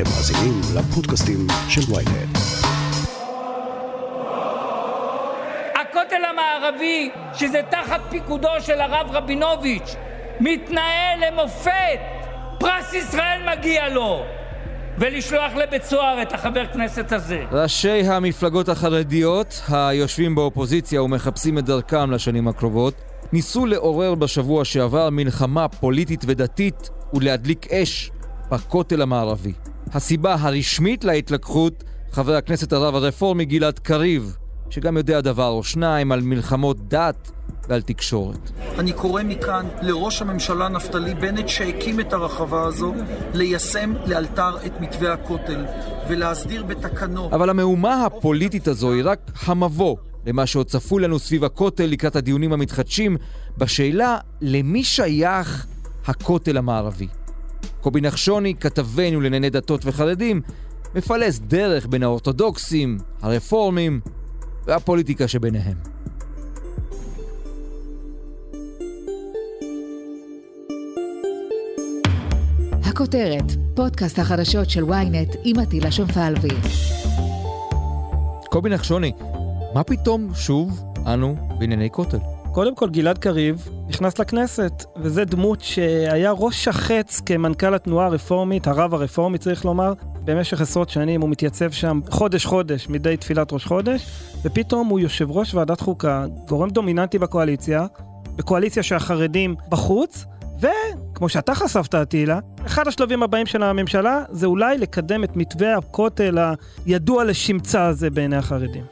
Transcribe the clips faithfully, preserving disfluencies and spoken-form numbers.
אתם מאזינים לפודקאסטים של וויינט. הכותל המערבי, שזה תחת פיקודו של הרב רבינוביץ', מתנהל למופת. פרס ישראל מגיע לו. ולשלוח לבית סוהר את החבר כנסת הזה. ראשי המפלגות החרדיות, היושבים באופוזיציה ומחפשים את דרכם לשנים הקרובות, ניסו לעורר בשבוע שעבר מלחמה פוליטית ודתית ולהדליק אש בכותל המערבי. הסיבה הרשמית להתלקחות, חבר הכנסת הרב הרפורמי גלעד קריב, שגם יודע דבר או שניים על מלחמות דת ועל תקשורת. אני קורא מכאן לראש הממשלה נפתלי בנט שהקים את הרחבה הזו, ליישם לאלתר את מתווה הכותל ולהסדיר בתקנות. אבל המהומה הפוליטית הזו היא רק המבוא למה שעוד צפוי לנו סביב הכותל לקראת הדיונים המתחדשים בשאלה למי שייך הכותל המערבי. קובי נחשוני, כתבנו לענייני דתות וחרדים, מפלס דרך בין האורתודוקסים, הרפורמים והפוליטיקה שביניהם. הכותרת, פודקאסט החדשות של וויינט עם עטילה שומפלבי. קובי נחשוני, מה פתאום שוב אנו בענייני כותל? קודם כל גלעד קריב נכנס לכנסת, וזה דמות שהיה ראש החץ כמנכ"ל התנועה הרפורמית, הרב הרפורמי צריך לומר, במשך עשרות שנים הוא מתייצב שם חודש חודש, מדי תפילת ראש חודש, ופתאום הוא יושב ראש ועדת חוקה, גורם דומיננטי בקואליציה, בקואליציה שהחרדים בחוץ, וכמו שאתה חשפת עטילה, אחד השלבים הבאים של הממשלה זה אולי לקדם את מתווה הכותל הידוע לשמצה הזה בעיני החרדים.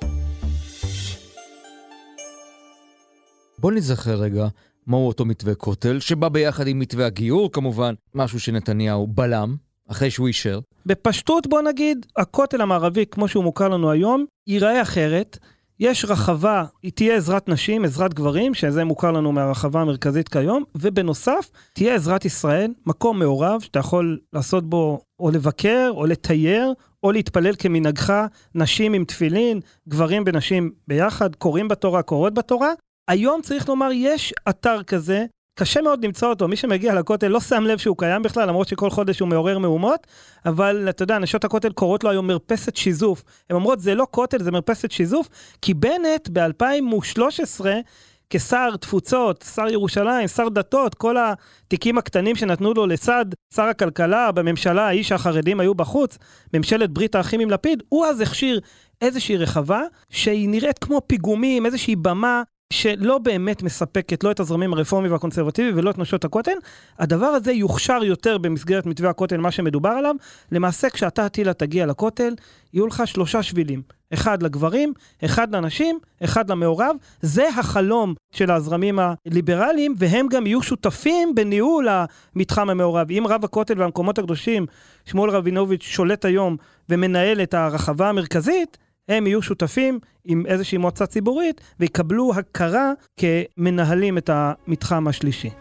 בוא נזכר רגע מהו אותו מתווה כותל, שבא ביחד עם מתווה הגיור, כמובן, משהו שנתניהו בלם, אחרי שהוא אישר. בפשטות בוא נגיד, הכותל המערבי, כמו שהוא מוכר לנו היום, ייראה אחרת. יש רחבה, היא תהיה עזרת נשים, עזרת גברים, שזה מוכר לנו מהרחבה המרכזית כיום, ובנוסף, תהיה עזרת ישראל, מקום מעורב, שאתה יכול לעשות בו או לבקר, או לתייר, או להתפלל כמנהגך, נשים עם תפילין, גברים ונשים ביחד, קוראים בתורה, קורות בתורה. היום צריך לומר, יש אתר כזה, קשה מאוד למצוא אותו, מי שמגיע לכותל לא שם לב שהוא קיים בכלל, למרות שכל חודש הוא מעורר מהומות, אבל אתה יודע, נשות הכותל קוראות לו היום מרפסת שיזוף. הן אומרות, זה לא כותל, זה מרפסת שיזוף, כי בנט ב-אלפיים ושלוש עשרה, כשר תפוצות, שר ירושלים, שר דתות, כל התיקים הקטנים שנתנו לו לצד שר הכלכלה, בממשלה, האיש החרדים היו בחוץ, ממשלת ברית האחים עם לפיד, הוא אז הכשיר איזושהי רחבה, שהיא נראית כמו פיגומים, איזושהי במה, שלא באמת מספקת לא את הזרמים הרפורמי והקונסרבטיבי ולא את נשות הכותל. הדבר הזה יוכשר יותר במסגרת מתווה הכותל, מה שמדובר עליו. למעשה כשאתה עטילה תגיע לכותל, יהיו לך שלושה שבילים. אחד לגברים, אחד לנשים, אחד למעורב. זה החלום של הזרמים הליברליים, והם גם יהיו שותפים בניהול המתחם המעורב. אם רב הכותל והמקומות הקדושים, שמואל רבינוביץ' שולט היום ומנהל את הרחבה המרכזית, הם יהיו שותפים עם איזושהי מועצה ציבורית, ויקבלו הכרה כמנהלים את המתחם השלישי.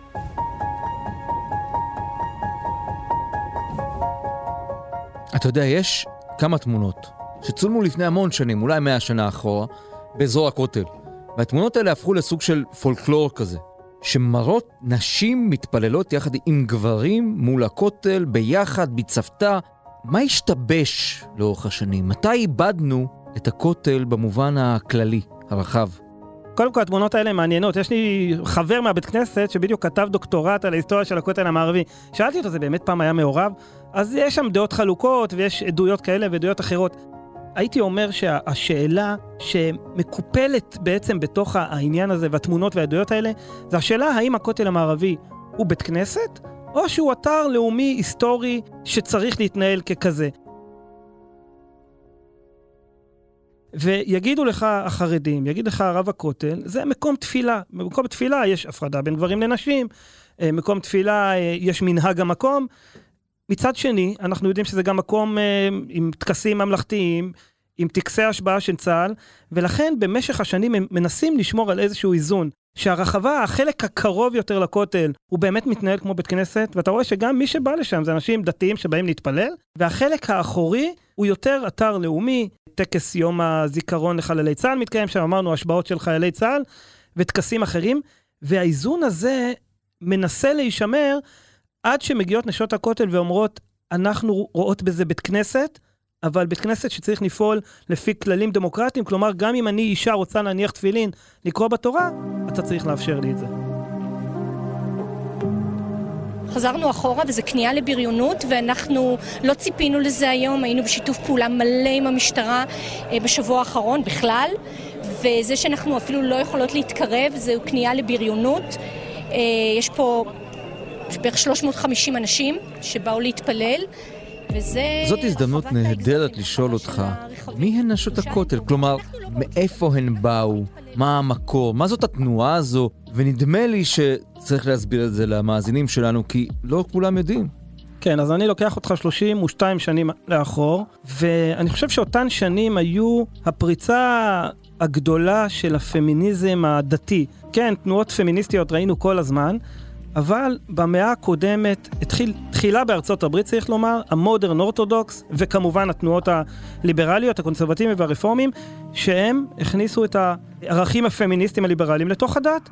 אתה יודע, יש כמה תמונות שצולמו לפני המון שנים, אולי מאה שנה אחורה, באזור הכותל. והתמונות האלה הפכו לסוג של פולקלור כזה, שמראות נשים מתפללות יחד עם גברים מול הכותל, ביחד, בצוותא. מה השתבש לאורך השנים? מתי איבדנו את הכותל במובן הכללי, הרחב? קודם כל, התמונות האלה מעניינות. יש לי חבר מהבית כנסת שבדיוק כתב דוקטורט על ההיסטוריה של הכותל המערבי. שאלתי אותו, זה באמת פעם היה מעורב? אז יש שם דעות חלוקות ויש עדויות כאלה ועדויות אחרות. הייתי אומר שהשאלה שמקופלת בעצם בתוך העניין הזה והתמונות והעדויות האלה, זה השאלה האם הכותל המערבי הוא בית כנסת, או שהוא אתר לאומי היסטורי שצריך להתנהל ככזה. ויגידו לך החרדים, יגיד לך רב הכותל, זה מקום תפילה. במקום תפילה יש הפרדה בין גברים לנשים, מקום תפילה יש מנהג המקום. מצד שני, אנחנו יודעים שזה גם מקום עם טקסים ממלכתיים, עם טקסי השבעה של צה"ל, ולכן במשך השנים הם מנסים לשמור על איזשהו איזון, שהרחבה, החלק הקרוב יותר לכותל, הוא באמת מתנהל כמו בית כנסת, ואתה רואה שגם מי שבא לשם זה אנשים דתיים שבאים להתפלל, והחלק האחורי הוא יותר אתר לאומי, טקס יום הזיכרון לחללי צה"ל מתקיים שם, אמרנו השבעות של חיילי צה"ל, וטקסים אחרים, והאיזון הזה מנסה להישמר, עד שמגיעות נשות הכותל ואומרות, אנחנו רואות בזה בית כנסת, אבל בית כנסת שצריך לפעול לפי כללים דמוקרטיים, כלומר, גם אם אני אישה רוצה להניח תפילין, לקרוא בתורה, אתה צריך לאפשר לי את זה. חזרנו אחורה, וזה כניעה לבריונות, ואנחנו לא ציפינו לזה היום, היינו בשיתוף פעולה מלא עם המשטרה בשבוע האחרון בכלל, וזה שאנחנו אפילו לא יכולות להתקרב, זהו כניעה לבריונות. יש פה בערך שלוש מאות וחמישים אנשים שבאו להתפלל, וזה... זאת הזדמנות נהדרת לשאול אותך, מי הן נשות הכותל? כלומר, מאיפה הן באו? מה המקור? מה זאת התנועה הזו? ונדמה לי שצריך להסביר את זה למאזינים שלנו, כי לא כולם יודעים. כן, אז אני לוקח אותך שלושים ושתיים שנים לאחור, ואני חושב שאותן שנים היו הפריצה הגדולה של הפמיניזם הדתי. כן, תנועות פמיניסטיות ראינו כל הזמן, אבל במאה הקודמת התחיל, תחילה בארצות הברית, צריך לומר, המודרן אורתודוקס, וכמובן התנועות הליברליות, הקונסרבטיביים והרפורמיים, שהם הכניסו את הערכים הפמיניסטיים הליברליים לתוך הדת.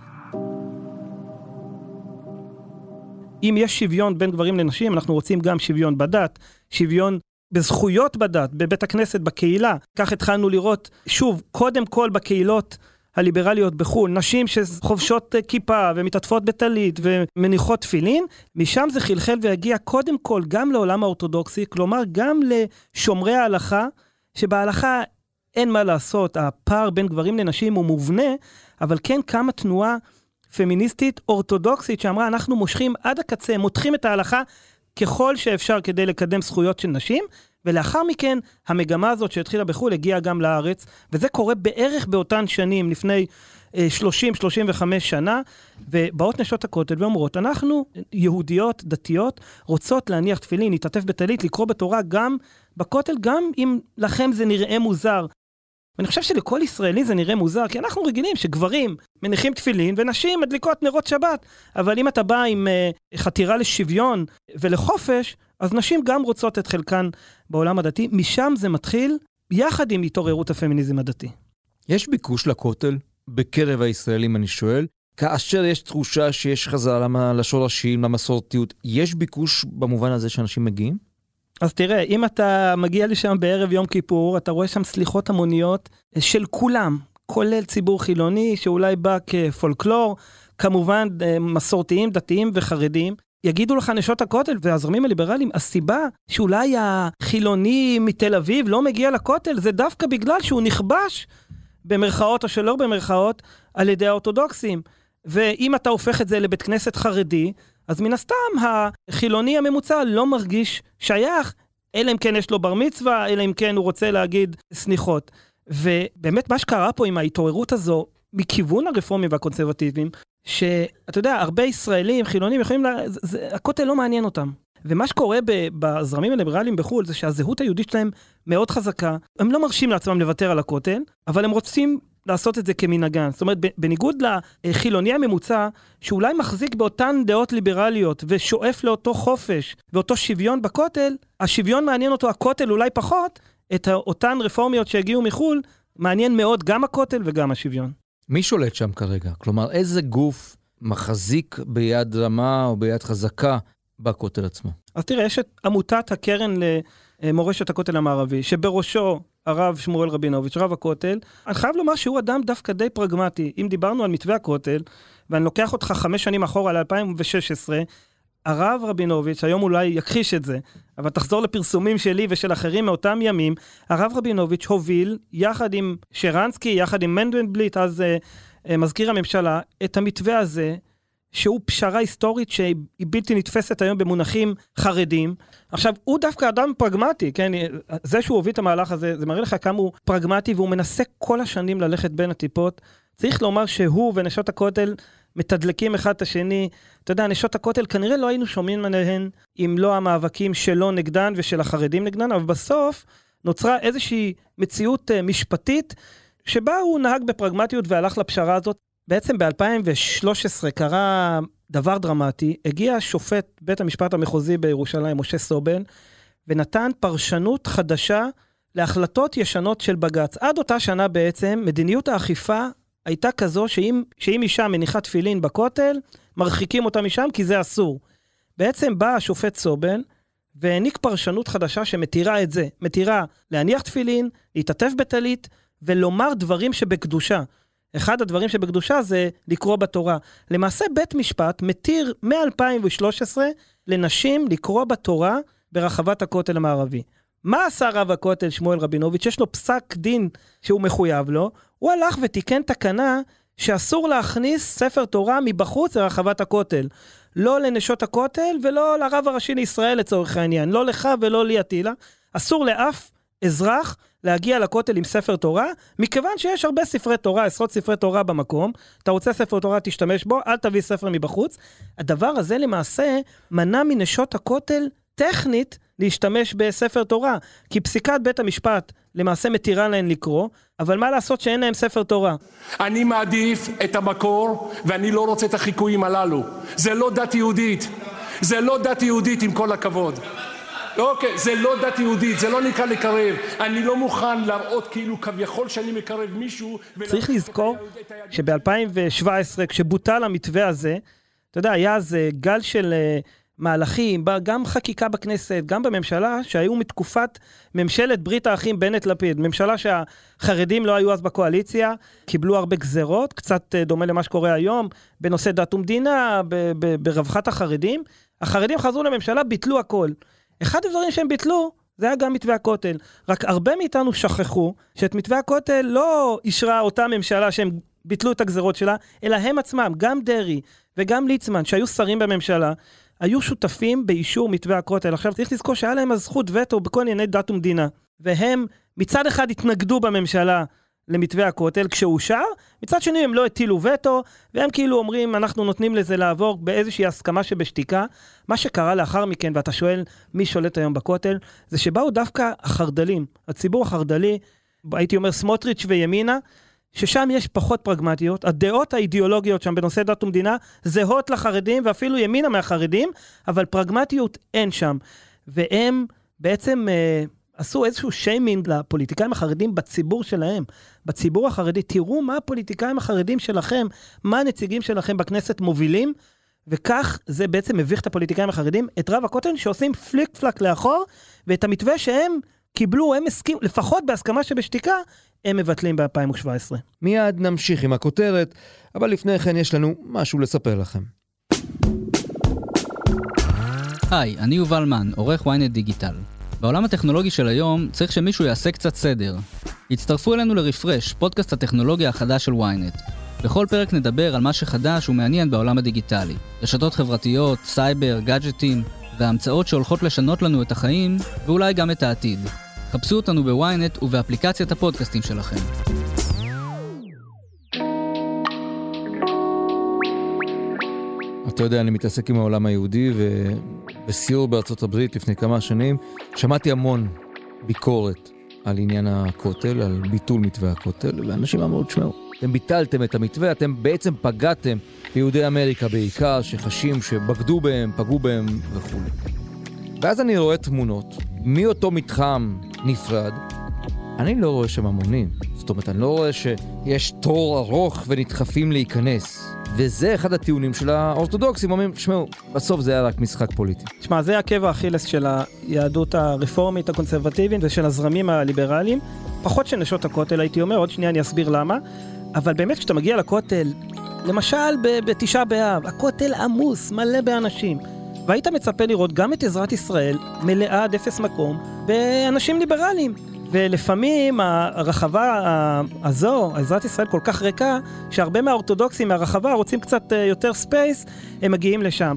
אם יש שוויון בין גברים לנשים, אנחנו רוצים גם שוויון בדת, שוויון בזכויות בדת, בבית הכנסת, בקהילה. כך התחלנו לראות, שוב, קודם כל בקהילות הליברליות בחול, נשים שחובשות כיפה ומתעטפות בטלית ומניחות תפילין, משם זה חלחל והגיע קודם כל גם לעולם האורתודוקסי, כלומר גם לשומרי ההלכה, שבהלכה אין מה לעשות, הפער בין גברים לנשים הוא מובנה, אבל כן קמה תנועה פמיניסטית אורתודוקסית שאמרה, אנחנו מושכים עד הקצה, מותחים את ההלכה ככל שאפשר כדי לקדם זכויות של נשים, ולאחר מכן המגמה הזאת שהתחילה בחול הגיעה גם לארץ, וזה קורה בערך באותן שנים, לפני שלושים שלושים וחמש שנה, ובאות נשות הכותל ואומרות, אנחנו יהודיות, דתיות, רוצות להניח תפילין, להתעטף בטלית, לקרוא בתורה גם בכותל, גם אם לכם זה נראה מוזר. ואני חושב שלכל ישראלי זה נראה מוזר, כי אנחנו רגילים שגברים מניחים תפילין, ונשים מדליקות נרות שבת, אבל אם אתה בא עם uh, חתירה לשוויון ולחופש, אז נשים גם רוצות את חלקן בעולם הדתי, משם זה מתחיל יחד עם התעוררות הפמיניזם הדתי. יש ביקוש לכותל בקרב הישראלים, אני שואל, כאשר יש תחושה שיש חזרה לשורשים, למסורתיות, יש ביקוש במובן הזה שאנשים מגיעים? אז תראה, אם אתה מגיע לשם בערב יום כיפור, אתה רואה שם סליחות המוניות של כולם, כולל ציבור חילוני שאולי בא כפולקלור, כמובן מסורתיים, דתיים וחרדים, יגידו לך נשות הכותל והזרמים הליברליים, הסיבה שאולי החילוני מתל אביב לא מגיע לכותל, זה דווקא בגלל שהוא נכבש במרכאות או שלא במרכאות על ידי האורתודוקסים. ואם אתה הופך את זה לבית כנסת חרדי, אז מן הסתם החילוני הממוצע לא מרגיש שייך, אלא אם כן יש לו בר מצווה, אלא אם כן הוא רוצה להגיד סניחות. ובאמת מה שקרה פה עם ההתעוררות הזו, מכיוון הרפורמים והקונסרבטיביים, שאתה יודע, הרבה ישראלים, חילונים, יכולים לה... זה, זה, הכותל לא מעניין אותם. ומה שקורה בזרמים הליברליים בחול, זה שהזהות היהודית שלהם מאוד חזקה, הם לא מרשים לעצמם לוותר על הכותל, אבל הם רוצים לעשות את זה כמנהגן. זאת אומרת, בניגוד לחילוני הממוצע, שאולי מחזיק באותן דעות ליברליות, ושואף לאותו חופש, ואותו שוויון בכותל, השוויון מעניין אותו, הכותל אולי פחות, את אותן רפורמיות שהגיעו מחול, מעניין מאוד גם הכותל וגם השוויון. מי שולט שם כרגע? כלומר, איזה גוף מחזיק ביד רמה או ביד חזקה בכותל עצמו? אז תראה, יש את עמותת הקרן למורשת הכותל המערבי, שבראשו הרב שמואל רבינוביץ', רב הכותל. אני חייב לומר שהוא אדם דווקא די פרגמטי. אם דיברנו על מתווה הכותל, ואני לוקח אותך חמש שנים אחורה ל-אלפיים ושש עשרה, הרב רבינוביץ', היום אולי יכחיש את זה, אבל תחזור לפרסומים שלי ושל אחרים מאותם ימים, הרב רבינוביץ' הוביל, יחד עם שרנסקי, יחד עם מנדלבליט, אז uh, מזכיר הממשלה, את המתווה הזה, שהוא פשרה היסטורית שהיא בלתי נתפסת היום במונחים חרדים. עכשיו, הוא דווקא אדם פרגמטי, כן? זה שהוא הוביל את המהלך הזה, זה מראה לך כמה הוא פרגמטי, והוא מנסה כל השנים ללכת בין הטיפות. צריך לומר שהוא ונשות הכותל מתדלקים אחד את השני. אתה יודע, נשות הכותל כנראה לא היינו שומעים עליהן, אם לא המאבקים שלו נגדן ושל החרדים נגדן, אבל בסוף נוצרה איזושהי מציאות משפטית, שבה הוא נהג בפרגמטיות והלך לפשרה הזאת. בעצם ב-אלפיים ושלוש עשרה קרה דבר דרמטי, הגיע שופט בית המשפט המחוזי בירושלים, משה סובן, ונתן פרשנות חדשה להחלטות ישנות של בג"ץ. עד אותה שנה בעצם, מדיניות האכיפה הייתה כזו שאם, שאם אישה מניחה תפילין בכותל, מרחיקים אותה משם כי זה אסור. בעצם בא השופט סובן, והעניק פרשנות חדשה שמתירה את זה, מתירה להניח תפילין, להתעטף בטלית, ולומר דברים שבקדושה. אחד הדברים שבקדושה זה לקרוא בתורה. למעשה בית משפט מתיר מ-אלפיים ושלוש עשרה לנשים לקרוא בתורה ברחבת הכותל המערבי. מה עשה רב הכותל שמואל רבינוביץ'? יש לו פסק דין שהוא מחויב לו, הוא הלך ותיקן תקנה שאסור להכניס ספר תורה מבחוץ לרחבת הכותל. לא לנשות הכותל ולא לרב הראשי לישראל לצורך העניין. לא לך ולא לי עטילה. אסור לאף אזרח להגיע לכותל עם ספר תורה, מכיוון שיש הרבה ספרי תורה, עשרות ספרי תורה במקום, אתה רוצה ספר תורה, תשתמש בו, אל תביא ספר מבחוץ. הדבר הזה למעשה מנע מנשות הכותל טכנית להשתמש בספר תורה, כי פסיקת בית המשפט למעשה מתירה להן לקרוא, אבל מה לעשות שאין להם ספר תורה? אני מעדיף את המקור, ואני לא רוצה את החיקויים הללו. זה לא דת יהודית. זה לא דת יהודית עם כל הכבוד. אוקיי, זה לא דת יהודית, זה לא נקרא לקרב. אני לא מוכן להראות כאילו כביכול שאני מקרב מישהו. צריך לזכור שב-אלפיים שבע עשרה, כשבוטל המתווה הזה, אתה יודע, היה זה גל של מהלכים, גם חקיקה בכנסת, גם בממשלה, שהיו מתקופת ממשלת ברית האחים בנט לפיד. ממשלה שהחרדים לא היו אז בקואליציה, קיבלו הרבה גזרות, קצת דומה למה שקורה היום, בנושא דת ומדינה, ברווחת החרדים. החרדים חזרו לממשלה, ביטלו הכל. אחד הדברים שהם ביטלו, זה היה גם מתווה הכותל. רק הרבה מאיתנו שכחו שאת מתווה הכותל לא אישרה אותה ממשלה שהם ביטלו את הגזרות שלה, אלא הם עצמם, גם דרי וגם ליצמן, שהיו שרים בממשלה, היו שותפים באישור מתווה הכותל. עכשיו צריך לזכור שהיה להם הזכות וטו בכל ענייני דת ומדינה. והם מצד אחד התנגדו בממשלה למתווה הכותל כשאושר, מצד שני הם לא הטילו וטו, והם כאילו אומרים, אנחנו נותנים לזה לעבור באיזושהי הסכמה שבשתיקה. מה שקרה לאחר מכן, ואתה שואל מי שולט היום בכותל, זה שבאו דווקא החרדלים, הציבור החרדלי, הייתי אומר סמוטריץ' וימינה, ששם יש פחות פרגמטיות, הדעות האידיאולוגיות שם בנושא דת ומדינה, זהות לחרדים, ואפילו ימינה מהחרדים, אבל פרגמטיות אין שם. והם בעצם אה, עשו איזשהו שיימינג לפוליטיקאים החרדים בציבור שלהם, בציבור החרדי. תראו מה הפוליטיקאים החרדים שלכם, מה הנציגים שלכם בכנסת מובילים, וכך זה בעצם מביך את הפוליטיקאים החרדים, את רב הכותל שעושים פליק פלק לאחור, ואת המתווה שהם קיבלו, הם הסכים, לפחות בהסכמה שבשתיקה, הם מבטלים ב-אלפיים שבע עשרה. מיד נמשיך עם הכותרת, אבל לפני כן יש לנו משהו לספר לכם. היי, אני יובל מן, עורך וויינט דיגיטל. בעולם הטכנולוגי של היום צריך שמישהו יעשה קצת סדר. הצטרפו אלינו לרפרש, פודקאסט הטכנולוגיה החדש של וויינט. בכל פרק נדבר על מה שחדש ומעניין בעולם הדיגיטלי. רשתות חברתיות, סייבר, גאדג'טים, וההמצאות שהולכות לשנות לנו את החיים, ואולי גם את העתיד. חפשו אותנו בוויינט ובאפליקציית הפודקאסטים שלכם. אתה יודע, אני מתעסק עם העולם היהודי, ובסיור בארצות הברית לפני כמה שנים, שמעתי המון ביקורת על עניין הכותל, על ביטול מתווה הכותל, ואנשים אמרו, תשמעו, אתם ביטלתם את המתווה, אתם בעצם פגעתם ביהודי אמריקה בעיקר, שחשים שבגדו בהם, פגעו בהם וכו'. ואז אני רואה תמונות, מאותו מתחם נפרד, אני לא רואה שם המונים. זאת אומרת, אני לא רואה שיש תור ארוך ונדחפים להיכנס. וזה אחד הטיעונים של האורתודוקסים, אומרים, תשמעו, בסוף זה היה רק משחק פוליטי. תשמע, זה הקבע האכילס של היהדות הרפורמית הקונסרבטיבית ושל הזרמים הליברליים. פחות של נשות הכותל, הייתי אומר, עוד שנייה אני אסביר למה. אבל באמת כשאתה מגיע לכותל, למשל בתשעה באב, הכותל עמוס, מלא באנשים. והיית מצפה לראות גם את עזרת ישראל, מלאה עד אפס מקום, באנשים ליברליים. ולפעמים הרחבה הזו, עזרת ישראל כל כך ריקה, שהרבה מהאורתודוקסים מהרחבה רוצים קצת יותר ספייס, הם מגיעים לשם.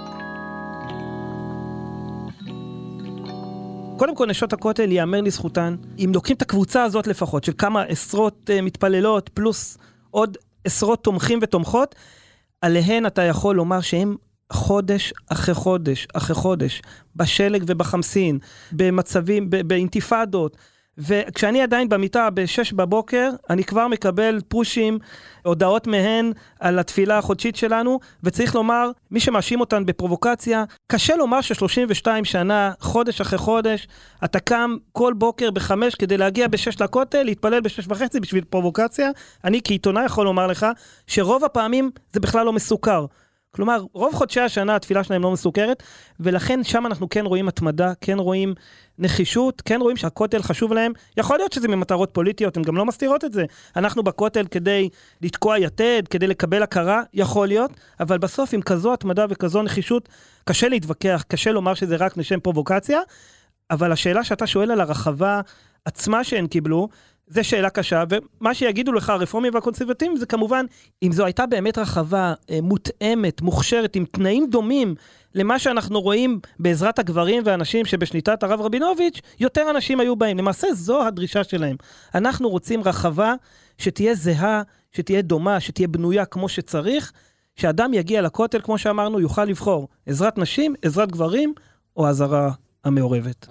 קודם כל נשות הכותל יאמר לזכותן, אם לוקחים את הקבוצה הזאת לפחות, של כמה עשרות מתפללות, פלוס עוד עשרות תומכים ותומכות, עליהן אתה יכול לומר שהם חודש אחרי חודש אחרי חודש, בשלג ובחמסין, במצבים, באינתיפאדות, וכשאני עדיין במיטה בשש בבוקר, אני כבר מקבל פושים, הודעות מהן על התפילה החודשית שלנו, וצריך לומר, מי שמאשים אותן בפרובוקציה, קשה לומר ש-שלושים ושתיים שנה, חודש אחרי חודש, אתה קם כל בוקר בחמש כדי להגיע בשש לכותל, להתפלל בשש וחצי בשביל פרובוקציה. אני כעיתונאי יכול לומר לך, שרוב הפעמים זה בכלל לא מסוכר. כלומר, רוב חודשי השנה התפילה שלהם לא מסוכרת, ולכן שם אנחנו כן רואים התמדה, כן רואים נחישות, כן רואים שהכותל חשוב להם. יכול להיות שזה ממטרות פוליטיות, הן גם לא מסתירות את זה. אנחנו בכותל כדי לתקוע יתד, כדי לקבל הכרה, יכול להיות, אבל בסוף עם כזו התמדה וכזו נחישות, קשה להתווכח, קשה לומר שזה רק לשם פרובוקציה, אבל השאלה שאתה שואל על הרחבה עצמה שהן קיבלו, זה שאלה קשה, ומה שיגידו לך הרפורמים והקונסרבטיבים, זה כמובן, אם זו הייתה באמת רחבה מותאמת, מוכשרת, עם תנאים דומים למה שאנחנו רואים בעזרת הגברים והאנשים שבשליטת הרב רבינוביץ', יותר אנשים היו בהם. למעשה זו הדרישה שלהם. אנחנו רוצים רחבה שתהיה זהה, שתהיה דומה, שתהיה בנויה כמו שצריך, שאדם יגיע לכותל, כמו שאמרנו, יוכל לבחור עזרת נשים, עזרת גברים, או עזרה המעורבת.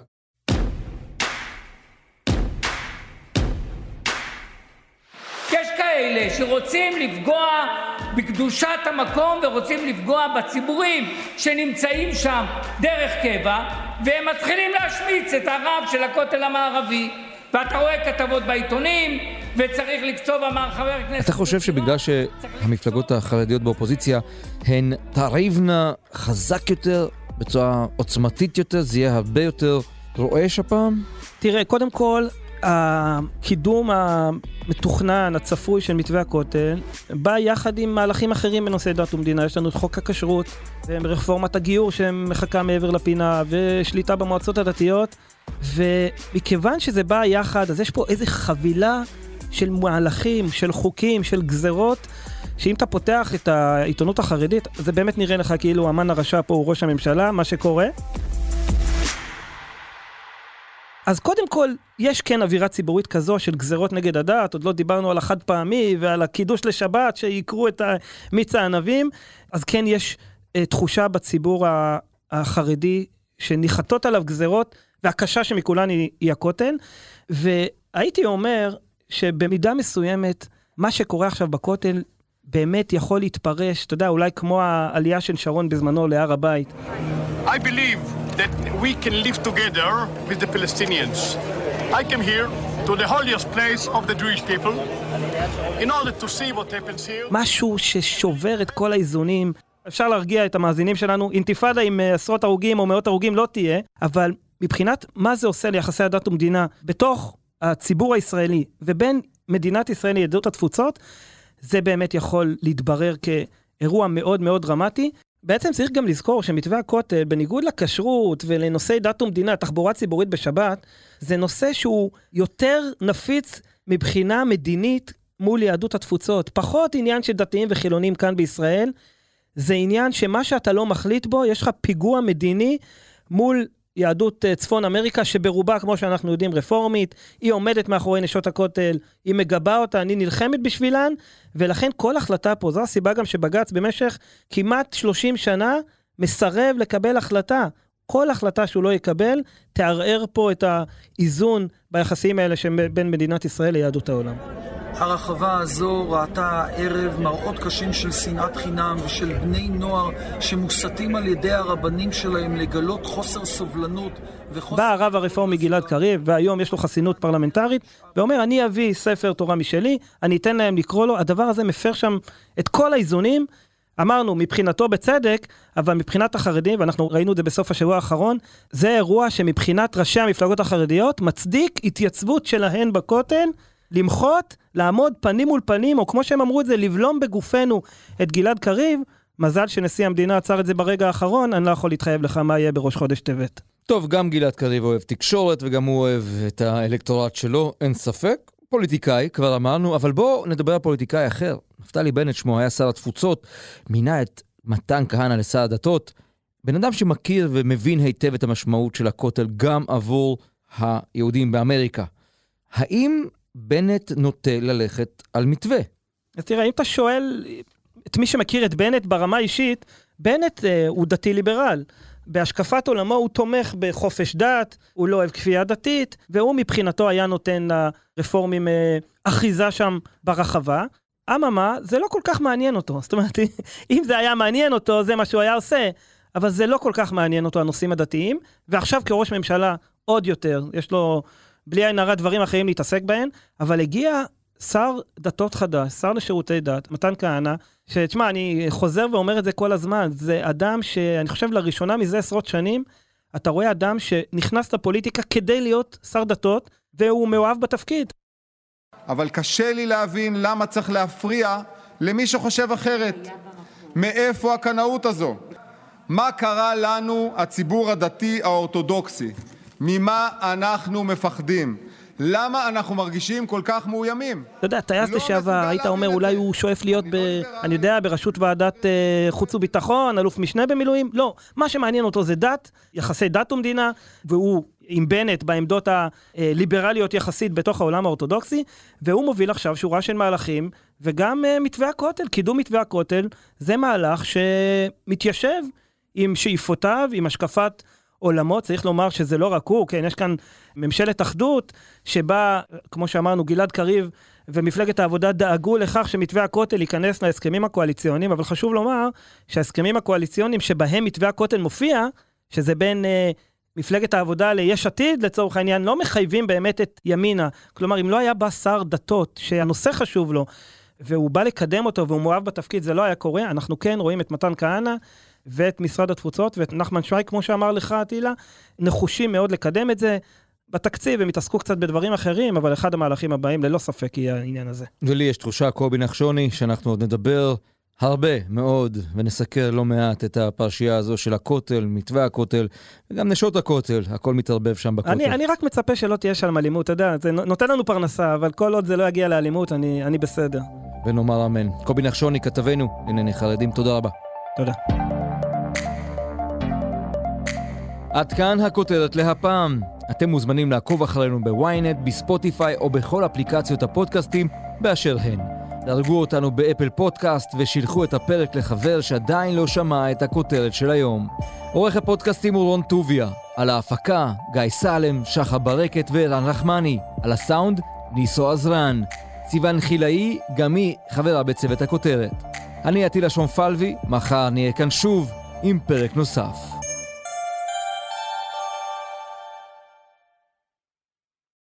אלה שרוצים לפגוע בקדושת המקום ורוצים לפגוע בציבורים שנמצאים שם דרך קבע, והם מתחילים להשמיץ את הרב של הכותל המערבי, ואתה רואה כתבות בעיתונים וצריך לקצוב, אמר חבר הכנסת. אתה חושב שבגלל שהמפלגות החרדיות באופוזיציה הן תריבנה חזק יותר, בצורה עוצמתית יותר, זה יהיה הרבה יותר רועש הפעם? תראה, קודם כל הקידום המתוכנן, הצפוי של מתווה הכותל, בא יחד עם מהלכים אחרים בנושא דת ומדינה. יש לנו את חוק הכשרות, ורפורמת הגיור שמחכה מעבר לפינה, ושליטה במועצות הדתיות, ומכיוון שזה בא יחד, אז יש פה איזו חבילה של מהלכים, של חוקים, של גזרות, שאם אתה פותח את העיתונות החרדית, זה באמת נראה לך כאילו המן הרשע פה הוא ראש הממשלה, מה שקורה. אז קודם כל, יש כן אווירה ציבורית כזו של גזרות נגד הדת, עוד לא דיברנו על החד פעמי ועל הקידוש לשבת שיקרו את מיץ הענבים, אז כן יש uh, תחושה בציבור החרדי שניחתות עליו גזרות, והקשה שמכולן היא, היא הכותל, והייתי אומר שבמידה מסוימת, מה שקורה עכשיו בכותל באמת יכול להתפרש, אתה יודע, אולי כמו העלייה של שרון בזמנו להר הבית. I believe that we can live together with the Palestinians. I came here to the holiest place of the Jewish people in order to see what happens here. משהו ששובר את כל האיזונים. אפשר להרגיע את המאזינים שלנו, אינתיפאדה עם עשרות הרוגים או מאות הרוגים לא תהיה, אבל מבחינת מה זה עושה ליחסי הדת ומדינה בתוך הציבור הישראלי ובין מדינת ישראל ליהדות התפוצות, זה באמת יכול להתברר כאירוע מאוד מאוד דרמטי. בעצם צריך גם לזכור שמתווה הכותל, בניגוד לכשרות ולנושאי דת ומדינה, תחבורה ציבורית בשבת, זה נושא שהוא יותר נפיץ מבחינה מדינית מול יהדות התפוצות. פחות עניין של דתיים וחילונים כאן בישראל, זה עניין שמה שאתה לא מחליט בו, יש לך פיגוע מדיני מול יהדות צפון אמריקה, שברובה, כמו שאנחנו יודעים, רפורמית, היא עומדת מאחורי נשות הכותל, היא מגבה אותה, אני נלחמת בשבילן, ולכן כל החלטה פה, זו הסיבה גם שבג"ץ במשך כמעט שלושים שנה, מסרב לקבל החלטה. כל החלטה שהוא לא יקבל, תערער פה את האיזון ביחסים האלה שבין מדינת ישראל ליהדות העולם. הרחבה הזו ראתה ערב מראות קשים של שנאת חינם ושל בני נוער שמוסתים על ידי הרבנים שלהם לגלות חוסר סובלנות וחוסר... בא הרב הרפורמי גלעד קריב, והיום יש לו חסינות פרלמנטרית, ואומר, אני אביא ספר תורה משלי, אני אתן להם לקרוא לו, הדבר הזה מפר שם את כל האיזונים, אמרנו, מבחינתו בצדק, אבל מבחינת החרדים, ואנחנו ראינו את זה בסוף השבוע האחרון, זה אירוע שמבחינת ראשי המפלגות החרדיות, מצדיק התייצבות שלהן בכותל, למחות, לעמוד פנים מול פנים, או כמו שהם אמרו את זה, לבלום בגופנו את גלעד קריב. מזל שנשיא המדינה עצר את זה ברגע האחרון, אני לא יכול להתחייב לך מה יהיה בראש חודש טבת. טוב, גם גלעד קריב אוהב תקשורת, וגם הוא אוהב את האלקטורט שלו, אין ספק. פוליטיקאי, כבר אמרנו, אבל בואו נדבר על פוליטיקאי אחר. נפתלי בנט שמו היה שר התפוצות, מינה את מתן כהנא לשר הדתות, בן אדם שמכיר ומבין היטב את המשמעות של הכותל, גם עבור היהודים באמריקה. האם בנט נוטה ללכת על מתווה? אז תראה, אם אתה שואל את מי שמכיר את בנט ברמה אישית, בנט אה, הוא דתי ליברל. בהשקפת עולמו הוא תומך בחופש דת, הוא לא אוהב כפייה דתית, והוא מבחינתו היה נותן לרפורמים אה, אחיזה שם ברחבה. אממה, זה לא כל כך מעניין אותו. זאת אומרת, אם זה היה מעניין אותו, זה מה שהוא היה עושה, אבל זה לא כל כך מעניין אותו הנושאים הדתיים, ועכשיו כראש ממשלה עוד יותר, יש לו בלי עין הרע דברים אחרים להתעסק בהן, אבל הגיע שר דתות חדש, שר לשירותי דת, מתן כהנא, שתשמע, אני חוזר ואומר את זה כל הזמן, זה אדם שאני חושב לראשונה מזה עשרות שנים, אתה רואה אדם שנכנס לפוליטיקה כדי להיות שר דתות, והוא מאוהב בתפקיד. אבל קשה לי להבין למה צריך להפריע למי שחושב אחרת. מאיפה הקנאות הזו? מה קרה לנו, הציבור הדתי האורתודוקסי? ממה אנחנו מפחדים? למה אנחנו מרגישים כל כך מאוימים? אתה יודע, טייס לשעבר, היית אומר אולי הוא שואף להיות, אני יודע, בראשות ועדת חוץ וביטחון, אלוף משנה במילואים? לא, מה שמעניין אותו זה דת, יחסי דת ומדינה, והוא עם בנט בעמדות הליברליות יחסית בתוך העולם האורתודוקסי, והוא מוביל עכשיו שורה של מהלכים, וגם מתווה הכותל, קידום מתווה הכותל, זה מהלך שמתיישב עם שאיפותיו, עם השקפת עולמות. צריך לומר שזה לא רק הוא, כן, יש כאן ממשלת אחדות, שבה, כמו שאמרנו, גלעד קריב ומפלגת העבודה דאגו לכך שמתווה הכותל ייכנס להסכמים הקואליציוניים, אבל חשוב לומר שההסכמים הקואליציוניים שבהם מתווה הכותל מופיע, שזה בין אה, מפלגת העבודה ליש עתיד, לצורך העניין, לא מחייבים באמת את ימינה. כלומר, אם לא היה בא שר דתות, שהנושא חשוב לו, והוא בא לקדם אותו, והוא מואב בתפקיד, זה לא היה קורה. אנחנו כן רואים את מתן כהנא, ואת משרד התפוצות, ואת נחמן שי, כמו שאמר לך, תהילה, נחושים מאוד לקדם את זה. בתקציב הם התעסקו קצת בדברים אחרים, אבל אחד המהלכים הבאים ללא ספק יהיה העניין הזה. ולי יש תחושה, קובי נחשוני, שאנחנו עוד נדבר הרבה מאוד, ונסקר לא מעט את הפרשייה הזו של הכותל, מתווה הכותל, וגם נשות הכותל, הכל מתערבב שם בכותל. אני, אני רק מצפה שלא תהיה שם אלימות, אתה יודע, זה נותן לנו פרנסה, אבל כל עוד זה לא יגיע לאלימות, אני, אני בסדר. ונאמר אמן. קובי נחשוני, כתבנו, לענייני חרדים, תודה רבה. תודה. עד כאן הכותרת להפעם. אתם מוזמנים לעקוב אחרינו בוויינט, בספוטיפיי או בכל אפליקציות הפודקאסטים באשר הן. דרגו אותנו באפל פודקאסט ושילחו את הפרק לחבר שעדיין לא שמע את הכותרת של היום. עורך הפודקאסטים הוא רון טוביה. על ההפקה, גיא סלם, שחה ברקת ורן רחמני. על הסאונד, ניסו עזרן. סיוון חילאי, גם היא חברה בצוות הכותרת. אני עטילה שומפלבי, מחר נהיה כאן שוב עם פרק נוסף.